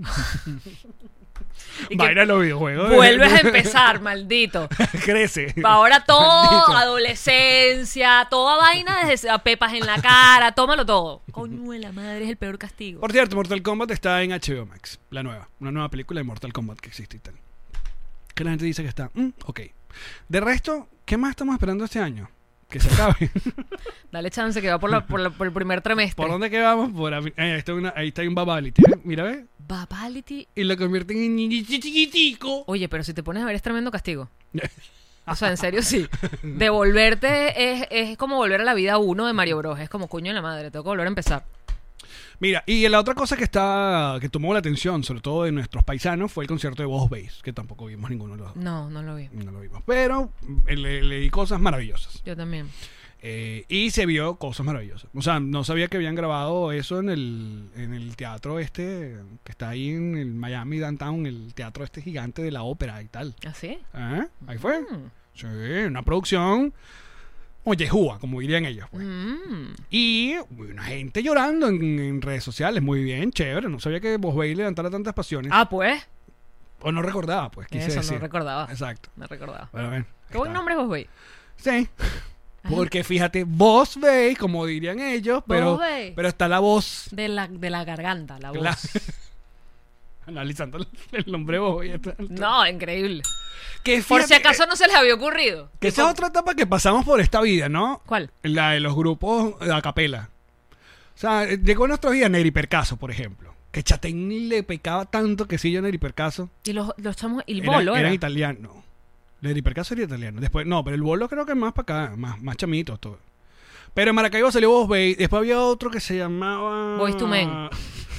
B: Y que
A: Vaina los videojuegos.
B: vuelves a empezar, maldito.
A: Crece.
B: Ahora todo,
A: Maldito.
B: adolescencia, toda vaina desde a pepas en la cara, tómalo todo. Coño de la madre, es el peor castigo.
A: Por cierto, Mortal Kombat está en H B O Max, la nueva, una nueva película de Mortal Kombat que existe y tal. Que la gente dice que está, mm, ok. De resto, ¿qué más estamos esperando este año? Que se acabe.
B: Dale chance que va por, la, por, la- por el primer trimestre.
A: ¿Por dónde que vamos? Por ahí, ahí está, una, ahí está un Babality, ¿eh? Mira, ¿ves?
B: Babality.
A: Y lo convierten en niñito chiquitico.
B: Oye, pero si te pones a ver es tremendo castigo. O sea, en serio sí. Devolverte es, es como volver a la vida uno de Mario Bros. Es como coño de la madre, tengo que volver a empezar.
A: Mira, y la otra cosa que está que tomó la atención, sobre todo de nuestros paisanos, fue el concierto de Boss Bass, que tampoco vimos ninguno de los dos.
B: No, no lo vi.
A: No lo vimos. Pero eh, le- leí cosas maravillosas.
B: Yo también.
A: Eh, y se vio cosas maravillosas. O sea, no sabía que habían grabado eso en el, en el teatro este, que está ahí en el Miami Downtown, el teatro este gigante de la ópera y tal.
B: ¿Así?
A: ¿Ah? Ahí fue.
B: Mm.
A: Sí, una producción ollejúa, como dirían ellos. Pues.
B: Mm.
A: Y una gente llorando en, en redes sociales. Muy bien, chévere. No sabía que Boss Bass levantara tantas pasiones.
B: Ah, pues.
A: O no recordaba, pues, quise
B: Eso
A: decir.
B: no recordaba.
A: Exacto.
B: No recordaba.
A: Bueno, bien.
B: Qué buen nombre vos, güey.
A: Sí. Porque fíjate, Boss Bass, como dirían ellos, pero,
B: Boss Bass.
A: pero está la voz.
B: De la, de la garganta, la voz.
A: La- Analizando el- el nombre Boss Bass.
B: No, increíble.
A: Que
B: Por si
A: fíjate,
B: acaso no se les había ocurrido.
A: Que esa es otra etapa que pasamos por esta vida, ¿no?
B: ¿Cuál?
A: La de los grupos a capela. O sea, eh, llegó a nuestros días Neri Percaso, por ejemplo. Que Chatén le pecaba tanto que sí yo Neri Percaso.
B: Y los, los chamos, y el
A: Era,
B: bolo
A: era
B: era.
A: italiano. Neri Percaso era italiano. Después, no, pero el bolo creo que más para acá, más, más chamitos todo. Pero en Maracaibo salió Boss Bass. Después había otro que se llamaba
B: Boyz two Men.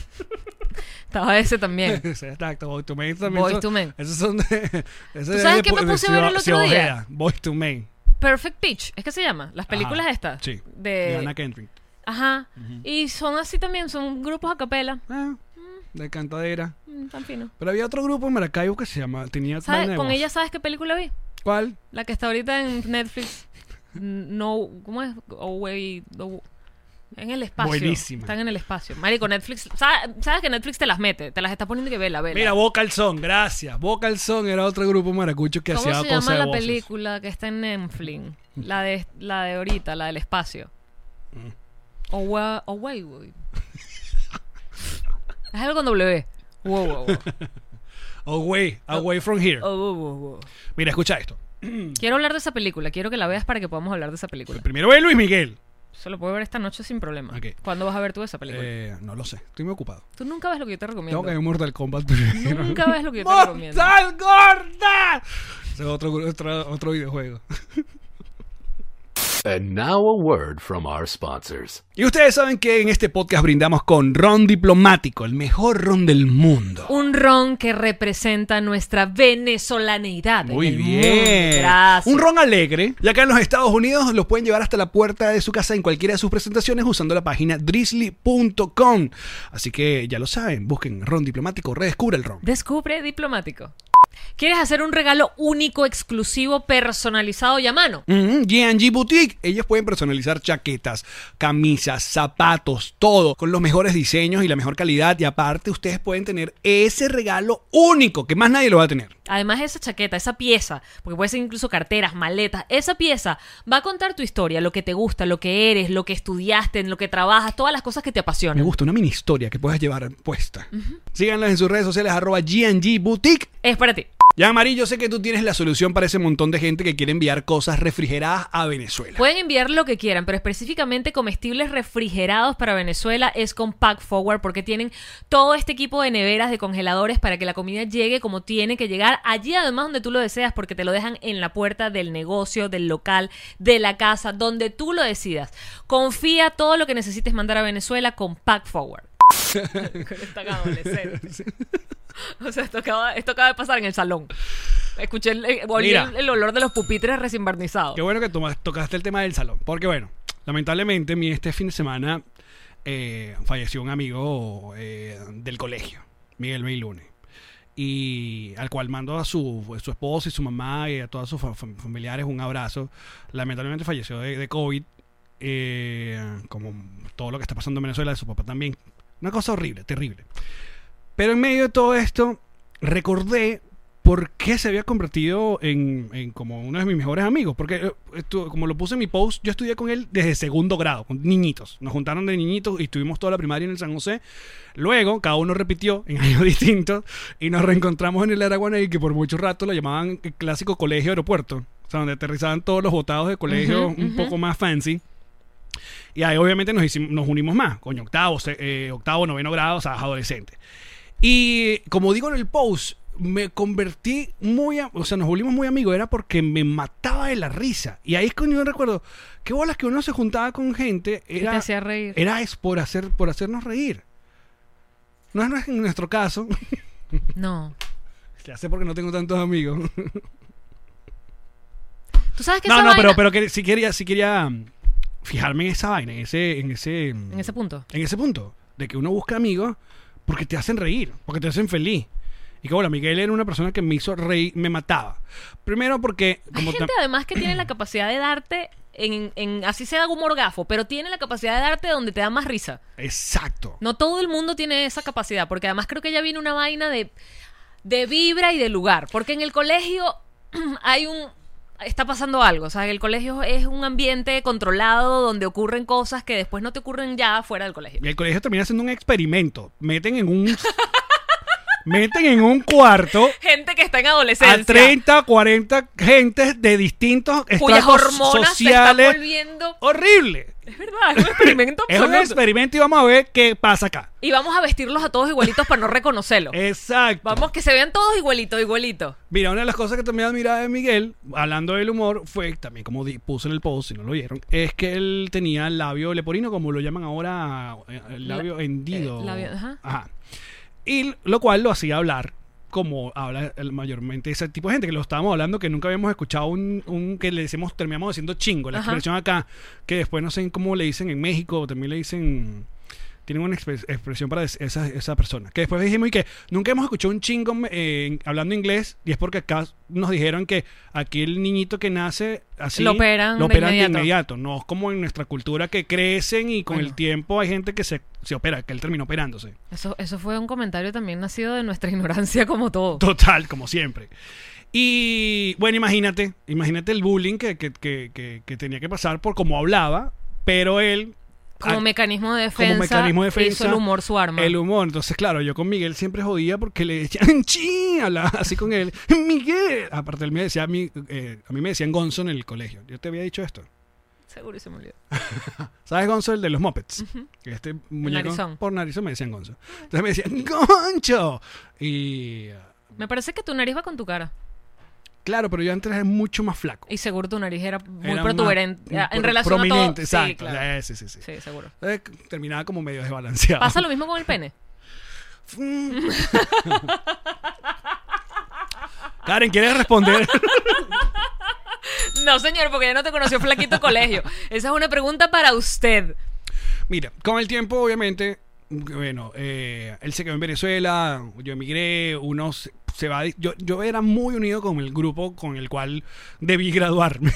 B: Estaba ese también.
A: Sí, exacto, Boyz two Men también.
B: Boyz
A: son-
B: two Men.
A: Esos son de. Esos
B: ¿Tú sabes
A: de-
B: qué me
A: de
B: puse a ver el
A: Ciudad-
B: otro
A: Ciudad
B: día?
A: Ojeda, Boyz two Men.
B: Perfect Pitch, es que se llama. Las películas
A: Ajá,
B: estas.
A: Sí.
B: De,
A: De Anna Kendrick.
B: Ajá. Y son así también, son grupos a capela.
A: Ah, de cantadera.
B: Mm, tan fino.
A: Pero había otro grupo en Maracaibo que se llama. Tenía
B: ¿Sabes?
A: vaina de
B: Con
A: voz.
B: ella, ¿sabes qué película vi?
A: ¿Cuál?
B: La que está ahorita en Netflix. No, ¿cómo es? Away, no- en el espacio.
A: Buenísima.
B: Están en el espacio. Marico, Netflix, ¿sabes, sabes que Netflix te las mete? Te las está poniendo y que vela, vela.
A: Mira, Boca al Son, gracias. Boca al Son era otro grupo maracucho que
B: ¿Cómo
A: hacía
B: se
A: cosas
B: llama
A: de
B: la
A: voces.
B: película que está en Netflix? La de, la de ahorita, la del espacio.
A: Mm.
B: Away, away, güey. Es algo con W. Wow, wow, wow.
A: Away, away from here.
B: Oh, wow, wow, wow.
A: Mira, escucha esto.
B: Quiero hablar de esa película. Quiero que la veas para que podamos hablar de esa película.
A: Primero ve Luis Miguel.
B: Se lo puedo ver esta noche sin problema.
A: Ok.
B: ¿Cuándo vas a ver tú esa película?
A: Eh, no lo sé, estoy muy ocupado.
B: Tú nunca ves lo que yo te recomiendo.
A: Tengo que ver Mortal Kombat primero.
B: Nunca ves lo que yo te recomiendo.
A: ¡Mortal Gorda! Ese es otro, otro, otro videojuego.
E: And now a word from our sponsors.
A: Y ustedes saben que en este podcast brindamos con Ron Diplomático, el mejor ron del mundo.
B: Un ron que representa nuestra venezolaneidad.
A: Muy
B: en el
A: bien.
B: mundo. Gracias.
A: Un ron alegre. Y acá en los Estados Unidos los pueden llevar hasta la puerta de su casa en cualquiera de sus presentaciones usando la página drizzly punto com. Así que ya lo saben, busquen Ron Diplomático, redescubre el ron.
B: Descubre Diplomático. ¿Quieres hacer un regalo único, exclusivo, personalizado y a mano?
A: Mm, G and G Boutique. Ellos pueden personalizar chaquetas, camisas, zapatos, todo con los mejores diseños y la mejor calidad. Y aparte ustedes pueden tener ese regalo único que más nadie lo va a tener.
B: Además, esa chaqueta, esa pieza, porque puede ser incluso carteras, maletas, esa pieza va a contar tu historia, lo que te gusta, lo que eres, lo que estudiaste, en lo que trabajas, todas las cosas que te apasionan.
A: Me gusta una mini historia que puedas llevar puesta. Uh-huh. Síganlas en sus redes sociales, arroba G and G Boutique.
B: Es para ti.
A: Ya, Mari, yo sé que tú tienes la solución para ese montón de gente que quiere enviar cosas refrigeradas a Venezuela.
B: Pueden enviar lo que quieran, pero específicamente comestibles refrigerados para Venezuela es con Pack Forward, porque tienen todo este equipo de neveras, de congeladores, para que la comida llegue como tiene que llegar, allí además donde tú lo deseas, porque te lo dejan en la puerta del negocio, del local, de la casa, donde tú lo decidas. Confía todo lo que necesites mandar a Venezuela con Pack Forward. Están adolescentes. O sea, esto acaba, esto acaba de pasar en el salón. Escuché el, el, el, el olor de los pupitres recién barnizados.
A: Qué bueno que tomas, tocaste el tema del salón. Porque bueno, lamentablemente mi este fin de semana eh, falleció un amigo eh, del colegio, Miguel Beilune, y al cual mando a su, a su esposa y su mamá y a todos sus familiares un abrazo. Lamentablemente falleció de, de COVID, eh, como todo lo que está pasando en Venezuela, de su papá también. Una cosa horrible, terrible. Pero en medio de todo esto, recordé por qué se había convertido en, en como uno de mis mejores amigos. Porque, esto, como lo puse en mi post, yo estudié con él desde segundo grado, con niñitos. Nos juntaron de niñitos y estuvimos toda la primaria en el San José. Luego, cada uno repitió en años distintos y nos reencontramos en el Araguaney, que por mucho rato lo llamaban el clásico colegio aeropuerto. O sea, donde aterrizaban todos los botados de colegio uh-huh, un uh-huh. poco más fancy. Y ahí obviamente nos, hicimos, nos unimos más, coño, octavo, eh, octavo, noveno grado, o sea, adolescentes. Y como digo en el post, me convertí muy, a, o sea, nos volvimos muy amigos, era porque me mataba de la risa. Y ahí es cuando yo recuerdo, qué bolas que uno se juntaba con gente, era,
B: te hacía reír.
A: Era es por, hacer, por hacernos reír. No es, no es en nuestro caso.
B: No.
A: Ya sé porque no tengo tantos amigos.
B: ¿Tú sabes que
A: no,
B: esa
A: no,
B: vaina...
A: pero, pero que, si quería, si quería fijarme en esa vaina, en ese, en ese,
B: en ese punto.
A: En ese punto, de que uno busca amigos porque te hacen reír, porque te hacen feliz. Y que bueno, Miguel era una persona que me hizo reír, me mataba. Primero porque... Como
B: Hay gente
A: tam-
B: además que tiene la capacidad de darte, en, en así sea humor gafo, pero tiene la capacidad de darte donde te da más risa.
A: Exacto.
B: No todo el mundo tiene esa capacidad, porque además creo que ya viene una vaina de, de vibra y de lugar. Porque en el colegio hay un... está pasando algo, o sea, el colegio es un ambiente controlado donde ocurren cosas que después no te ocurren ya fuera del colegio.
A: Y el colegio termina siendo un experimento. Meten en un... meten en un cuarto
B: gente que está en adolescencia
A: a treinta, cuarenta gentes de distintos
B: cuyas
A: estratos
B: hormonas
A: sociales.
B: se están volviendo...
A: horrible.
B: Es verdad, es un experimento
A: Es un
B: absoluto.
A: experimento y vamos a ver qué pasa acá.
B: Y vamos a vestirlos a todos igualitos para no reconocerlos.
A: Exacto.
B: Vamos, que se vean todos igualitos, igualitos.
A: Mira, una de las cosas que también admiraba de Miguel, hablando del humor, fue también como di- puse en el post, si no lo vieron, es que él tenía el labio leporino, como lo llaman ahora, el labio
B: La-
A: hendido.
B: eh, labio, ajá.
A: Ajá. Y lo cual lo hacía hablar como habla el, mayormente ese tipo de gente, que lo estábamos hablando, que nunca habíamos escuchado un, un que le decimos, terminamos diciendo chingo, la
B: Ajá.
A: expresión acá, que después no sé cómo le dicen en México, también le dicen, tienen una expres- expresión para es- esa, esa persona, que después dijimos y que nunca hemos escuchado un chingo eh, hablando inglés, y es porque acá nos dijeron que aquí el niñito que nace así
B: Lo operan
A: lo
B: de
A: operan de
B: inmediato.
A: inmediato, no es como en nuestra cultura que crecen y con
B: Bueno.
A: el tiempo hay gente que se, se opera, que él terminó operándose.
B: Eso, eso fue un comentario también nacido de nuestra ignorancia como todo.
A: Total, como siempre. Y bueno, imagínate, imagínate el bullying que, que, que, que, que tenía que pasar por cómo hablaba, pero él...
B: Como
A: a-
B: mecanismo de defensa,
A: como mecanismo de defensa,
B: hizo el humor su arma.
A: El humor. Entonces, claro, yo con Miguel siempre jodía porque le decían chi, hablaba así con él. Miguel. Aparte, él me decía a mí, eh, a mí me decían Gonzo en el colegio. Yo te había dicho esto.
B: Seguro y se me olvidó.
A: ¿Sabes Gonzo, el de los Muppets?
B: Ujú.
A: Este muñeco
B: narizón.
A: por narizón me decían Gonzo. Entonces me decían Goncho. Y...
B: Me parece que tu nariz va con tu cara.
A: Claro, pero yo antes era mucho más flaco.
B: Y seguro tu nariz era muy
A: Era
B: protuberante.
A: más-
B: En
A: pro-
B: relación
A: prominente,
B: a todo.
A: exacto.
B: Sí, claro.
A: Sí, sí, sí.
B: Sí, seguro.
A: Eh, terminaba como medio desbalanceado.
B: ¿Pasa lo mismo con el pene?
A: Karen, ¿quieres responder?
B: No, señor, porque ya no te conoció flaquito colegio. Esa es una pregunta para usted.
A: Mira, con el tiempo, obviamente, bueno, eh, él se quedó en Venezuela, yo emigré, uno se, se va... Yo, yo era muy unido con el grupo con el cual debí graduarme.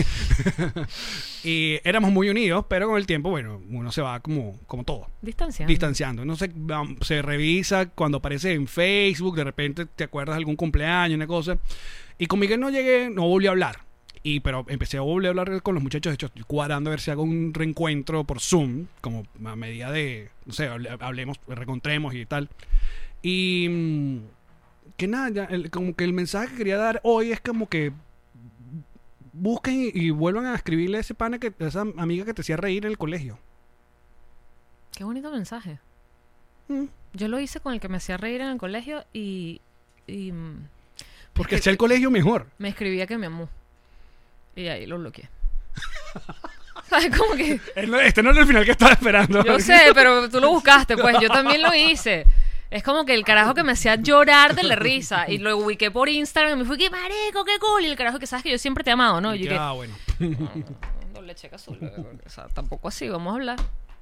A: Y éramos muy unidos, pero con el tiempo, bueno, uno se va como, como todo.
B: Distancia.
A: Distanciando. No se, se revisa cuando aparece en Facebook, de repente te acuerdas de algún cumpleaños, una cosa. Y con Miguel no llegué, no volví a hablar. Y pero empecé a volver a hablar con los muchachos. De hecho, estoy cuadrando a ver si hago un reencuentro por Zoom, como a medida de, no sé, hable- hablemos, reencontremos y tal. Y mm, que nada, ya, el- como que el mensaje que quería dar hoy es como que busquen y, y vuelvan a escribirle a ese pana, que, a esa amiga que te hacía reír en el colegio.
B: Qué bonito mensaje.
A: Mm.
B: Yo lo hice con el que me hacía reír en el colegio y, y mm,
A: Porque hacía el colegio mejor.
B: me escribía que me amó. Y ahí lo bloqueé. ¿Sabes? Como que...
A: Este no es el final que estaba esperando.
B: Yo sé, pero tú lo buscaste, pues yo también lo hice. Es como que el carajo que me hacía llorar de la risa. Y lo ubiqué por Instagram y me fui, ¡qué marico, qué cool! Y el carajo que sabes que yo siempre te he amado, ¿no? Y yo
A: Ah, bueno.
B: que, doble checa azul. O sea, tampoco así, vamos a hablar.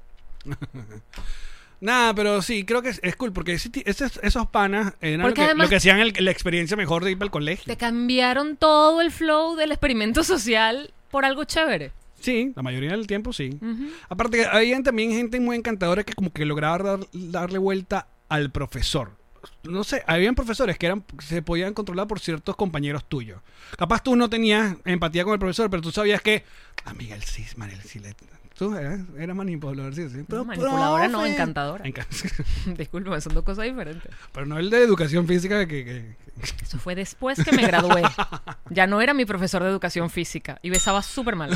A: Nada, pero sí, creo que es, es cool, porque ese ti- esos, esos panas eran lo
B: Porque
A: que,
B: además-
A: lo que hacían el- la experiencia mejor de ir al colegio.
B: Te cambiaron todo el flow del experimento social por algo chévere.
A: Sí, la mayoría del tiempo sí.
B: Ujú.
A: Aparte, que había también gente muy encantadora que como que lograba dar- darle vuelta al profesor. No sé, habían profesores que eran se podían controlar por ciertos compañeros tuyos. Capaz tú no tenías empatía con el profesor, pero tú sabías que, amiga, el sí, man, el sí, le- tú eras, eras manipulador, sí, sí. Pero,
B: Manipuladora, no,
A: profe.
B: encantadora.
A: Enca-
B: Discúlpame, son dos cosas diferentes.
A: Pero no el de educación física que... que-
B: Eso fue después que me gradué. Ya no era mi profesor de educación física y besaba súper mal.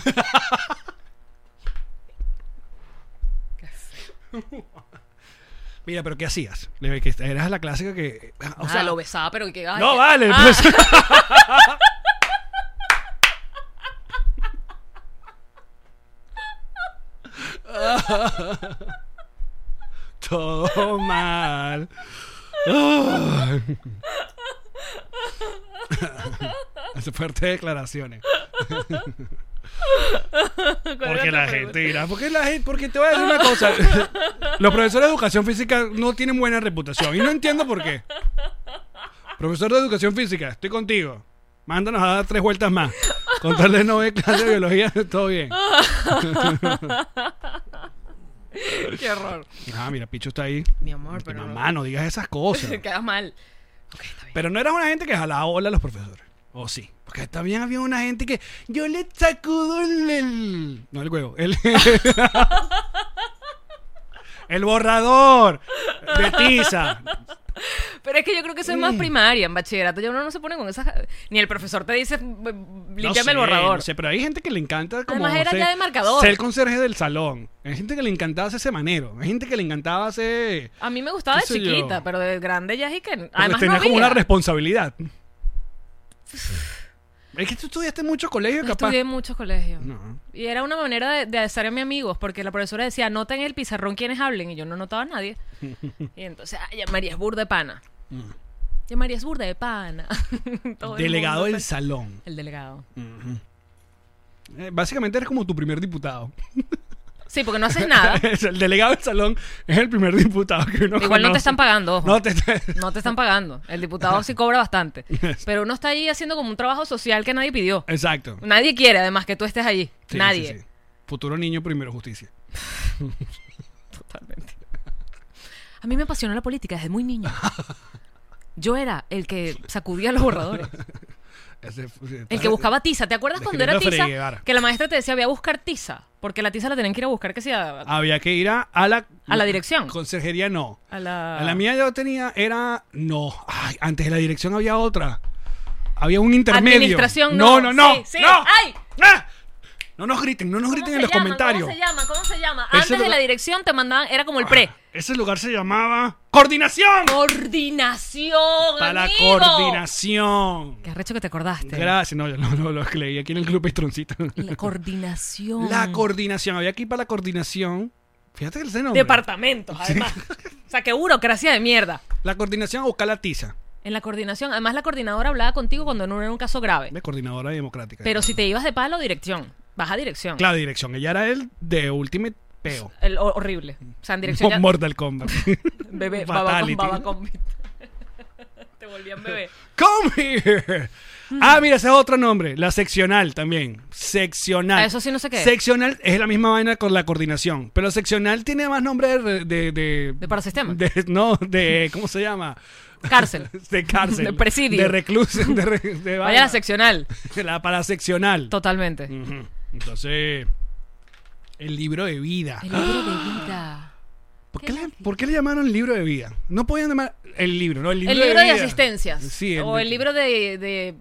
A: Mira, pero ¿qué hacías? Le- que Eras la clásica que... O
B: O sea, lo besaba, pero que... ay,
A: no,
B: que-
A: vale,
B: Ah,
A: pues. Todo mal. Ah. Hace fuertes declaraciones. Porque la gente dirá, porque la gente, porque te voy a decir una cosa. Los profesores de educación física no tienen buena reputación y no entiendo por qué. Profesor de educación física, estoy contigo. Mándanos a dar tres vueltas más. Contarle no de clase de biología, todo bien.
B: Qué horror.
A: Ah, mira, Picho está ahí.
B: Mi amor, pero
A: Mamá, no digas esas cosas.
B: quedas mal. Ok, está bien.
A: Pero no eras una gente que jalaba ola a los profesores. ¿O sí? Porque también había una gente que yo le sacudo el... el- no el huevo. El, el borrador de tiza.
B: Pero es que yo creo que eso es más primaria. En bachillerato ya uno no se pone con esas... Ni el profesor te dice,
A: No
B: límpiame
A: sé,
B: el borrador.
A: No sé, pero hay gente que le encanta como...
B: Además, era
A: ser-
B: ya de marcador.
A: Ser el conserje del salón. Hay gente que le encantaba ser semanero. Hay gente que le encantaba ser...
B: A mí me gustaba de
A: ¿Qué sé yo?
B: chiquita, pero de grande ya es y que...
A: Porque
B: Además
A: tenía
B: no
A: como
B: había.
A: una responsabilidad. Es que tú estudiaste en muchos colegios, capaz.
B: Estudié en muchos colegios.
A: No.
B: Y era una manera de, de hacer a mis amigos, porque la profesora decía, anota en el pizarrón quienes hablen, y yo no anotaba a nadie. Y entonces, ay, ya María es burda de pana. Ya María es burda de pana. Todo el
A: Delegado
B: mundo
A: del
B: pensaba-
A: salón.
B: El delegado.
A: Eh, básicamente eres como tu primer diputado.
B: Sí, porque no haces nada.
A: Es el delegado del salón es el primer diputado que uno
B: Igual no te
A: conoce.
B: están pagando, ojo.
A: No te
B: No te están pagando. El diputado sí cobra bastante. Pero uno está ahí haciendo como un trabajo social que nadie pidió.
A: Exacto.
B: Nadie quiere, además, que tú estés allí.
A: Sí,
B: Nadie.
A: sí, sí. Futuro niño, primero justicia.
B: Totalmente. A mí me apasionó la política desde muy niño. Yo era el que sacudía los borradores.
A: Ese-
B: El que buscaba tiza. ¿Te acuerdas cuando era
A: Describiendo
B: tiza?
A: Freddy Guevara.
B: Que la maestra te decía, voy a buscar tiza. Porque la tiza la tenían que ir a buscar, que sea
A: Había que ir a, a la...
B: a la dirección.
A: Conserjería no.
B: A la...
A: A la mía yo tenía, era... No. Ay, antes de la dirección había otra. Había un intermedio.
B: Administración,
A: no.
B: no.
A: No, no,
B: Sí, sí.
A: no.
B: ¡Ay!
A: ¡Ah! No nos griten, no nos
B: ¿Cómo
A: griten
B: se
A: en los
B: llama?
A: comentarios.
B: ¿Cómo se llama? ¿Cómo se llama?
A: Ese
B: Antes de
A: lugar-
B: la dirección te mandaban, era como el pre.
A: Ese lugar se llamaba ¡Coordinación!
B: Coordinación,
A: Para la
B: amigo.
A: coordinación.
B: Qué arrecho que te acordaste.
A: Gracias, no, yo no, no, lo que leí aquí en el Club Patroncito.
B: La coordinación.
A: La coordinación, había aquí para la coordinación. Fíjate que ese nombre.
B: Departamentos, además. O sea, qué burocracia de mierda.
A: La coordinación a buscar la tiza.
B: En la coordinación, además la coordinadora hablaba contigo cuando no era un caso grave.
A: De coordinadora democrática.
B: Pero si te ibas de palo, dirección. Vas a dirección.
A: Claro, dirección. Ella era el de Ultimate Peo.
B: El, ho- horrible. O sea, en dirección ya...
A: Mortal Kombat.
B: Bebé, baba con
A: Fatality.
B: baba con... Te volvían bebé.
A: Come here. Ah, mira, ese es otro nombre. La seccional también. Seccional.
B: Ah, eso sí no sé qué es.
A: Seccional es la misma vaina con la coordinación. Pero seccional tiene más nombre de... De, de,
B: ¿De parasistema?
A: de- no, de... ¿Cómo se llama?
B: Cárcel.
A: De cárcel.
B: De presidio.
A: De recluso. De, re- de
B: Vaya a
A: vaina.
B: la seccional.
A: La paraseccional.
B: Totalmente.
A: Ujú. Entonces... El libro de vida.
B: El libro de vida.
A: ¿Por qué, le, ¿Por qué le llamaron el libro de vida? No podían llamar el libro, ¿no? El libro,
B: El libro de,
A: vida.
B: asistencias.
A: Sí,
B: o el libro de... de-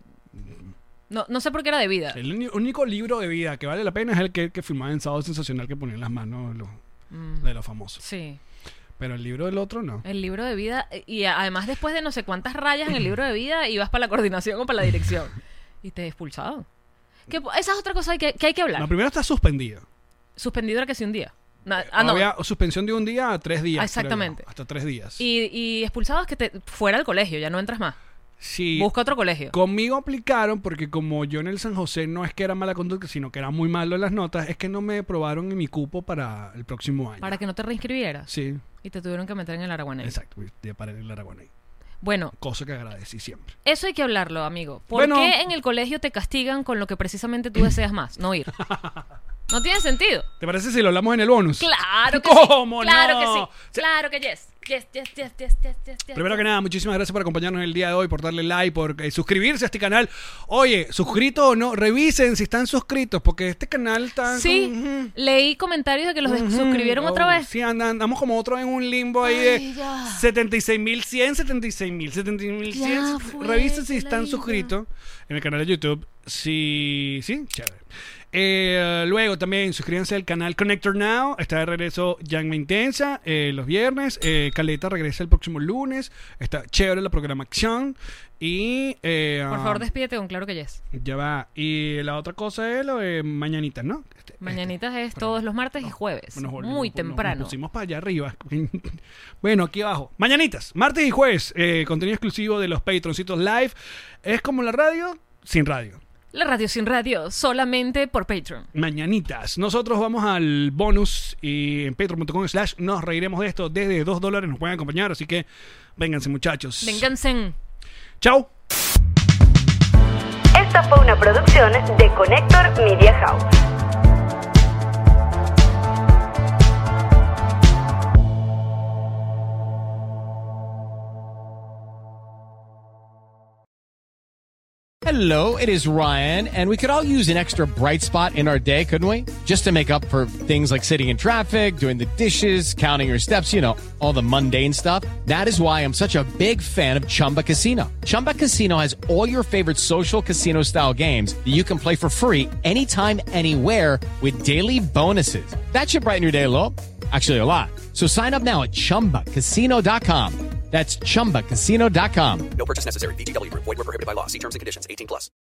B: No, no sé por qué era de vida.
A: El uni- único libro de vida que vale la pena es el que, que firmaba en Sábado Sensacional que ponía en las manos los-
B: Mm,
A: de los famosos.
B: sí.
A: Pero el libro del otro no.
B: El libro de vida. Y además, después de no sé cuántas rayas en el libro de vida, ibas para la coordinación o para la dirección. Y te expulsaban. Que, esa es otra cosa que, que hay que hablar.
A: La primera está suspendida.
B: Suspendido era que sí un día. Na- ah, no.
A: Había suspensión de un día a tres días.
B: Ah, exactamente.
A: creo yo. Hasta tres días.
B: Y, y expulsados que te fuera del colegio, ya no entras más.
A: Sí.
B: Busca otro colegio.
A: Conmigo aplicaron porque como yo en el San José no es que era mala conducta, sino que era muy malo en las notas, es que no me aprobaron en mi cupo para el próximo año.
B: Para que no te reinscribieras.
A: Sí,
B: Y te tuvieron que meter en el Araguaney.
A: exacto. Ya paré en el Araguaney.
B: Bueno,
A: Cosa que agradecí siempre.
B: eso hay que hablarlo, amigo. ¿Por
A: Bueno.
B: qué en el colegio te castigan con lo que precisamente tú deseas más? No ir. No tiene sentido.
A: ¿Te parece si lo hablamos en el bonus?
B: Claro que
A: ¿Cómo
B: sí. Claro
A: no?
B: que sí.
A: Se-
B: Claro que yes. Yes, yes, yes, yes, yes, yes, yes.
A: Primero que nada, muchísimas gracias por acompañarnos el día de hoy, por darle like, por eh, suscribirse a este canal. Oye, suscrito o no, revisen si están suscritos, porque este canal está...
B: Sí,
A: con-
B: leí comentarios de que los
A: Ujú.
B: suscribieron otra
A: Oh,
B: vez.
A: Sí, and- andamos como otro en un limbo ahí
B: Ay,
A: de
B: ya.
A: setenta y seis mil cien, setenta y seis mil, setenta y seis mil cien.
B: Ya fue,
A: Revisen si
B: qué
A: están
B: ladilla.
A: suscritos en el canal de YouTube. Sí, sí, chévere. Eh, luego también suscríbanse al canal Connector Now. Está de regreso Jan Intensa eh, los viernes. Eh, Caleta regresa el próximo lunes. Está chévere la programación. Y eh,
B: Por
A: um,
B: favor, despídete con claro que yes.
A: ya va. Y la otra cosa es lo de mañanitas, ¿no? Este-
B: Mañanitas
A: este,
B: es
A: perdón.
B: todos los martes y jueves.
A: Nos volvimos-
B: Muy
A: nos-
B: temprano.
A: Nos pusimos para allá arriba. Bueno, aquí abajo. Mañanitas, martes y jueves. eh, contenido exclusivo de los Patroncitos Live. Es como la radio, sin radio.
B: La radio sin radio, solamente por Patreon.
A: Mañanitas. Nosotros vamos al bonus y en patreon punto com slash nos reiremos de esto. Desde dos dólares nos pueden acompañar. Así que vénganse, muchachos.
B: Vénganse.
A: Chao.
C: Esta fue una producción de Connector Media House.
F: Hello, it is Ryan, and we could all use an extra bright spot in our day, couldn't we? Just to make up for things like sitting in traffic, doing the dishes, counting your steps, you know, all the mundane stuff. That is why I'm such a big fan of Chumba Casino. Chumba Casino has all your favorite social casino style games that you can play for free anytime, anywhere with daily bonuses. That should brighten your day a little. Actually, a lot. So sign up now at chumba casino dot com. That's chumba casino dot com.
G: No purchase necessary. V G W Group. Void where prohibited by law. See terms and conditions. eighteen plus.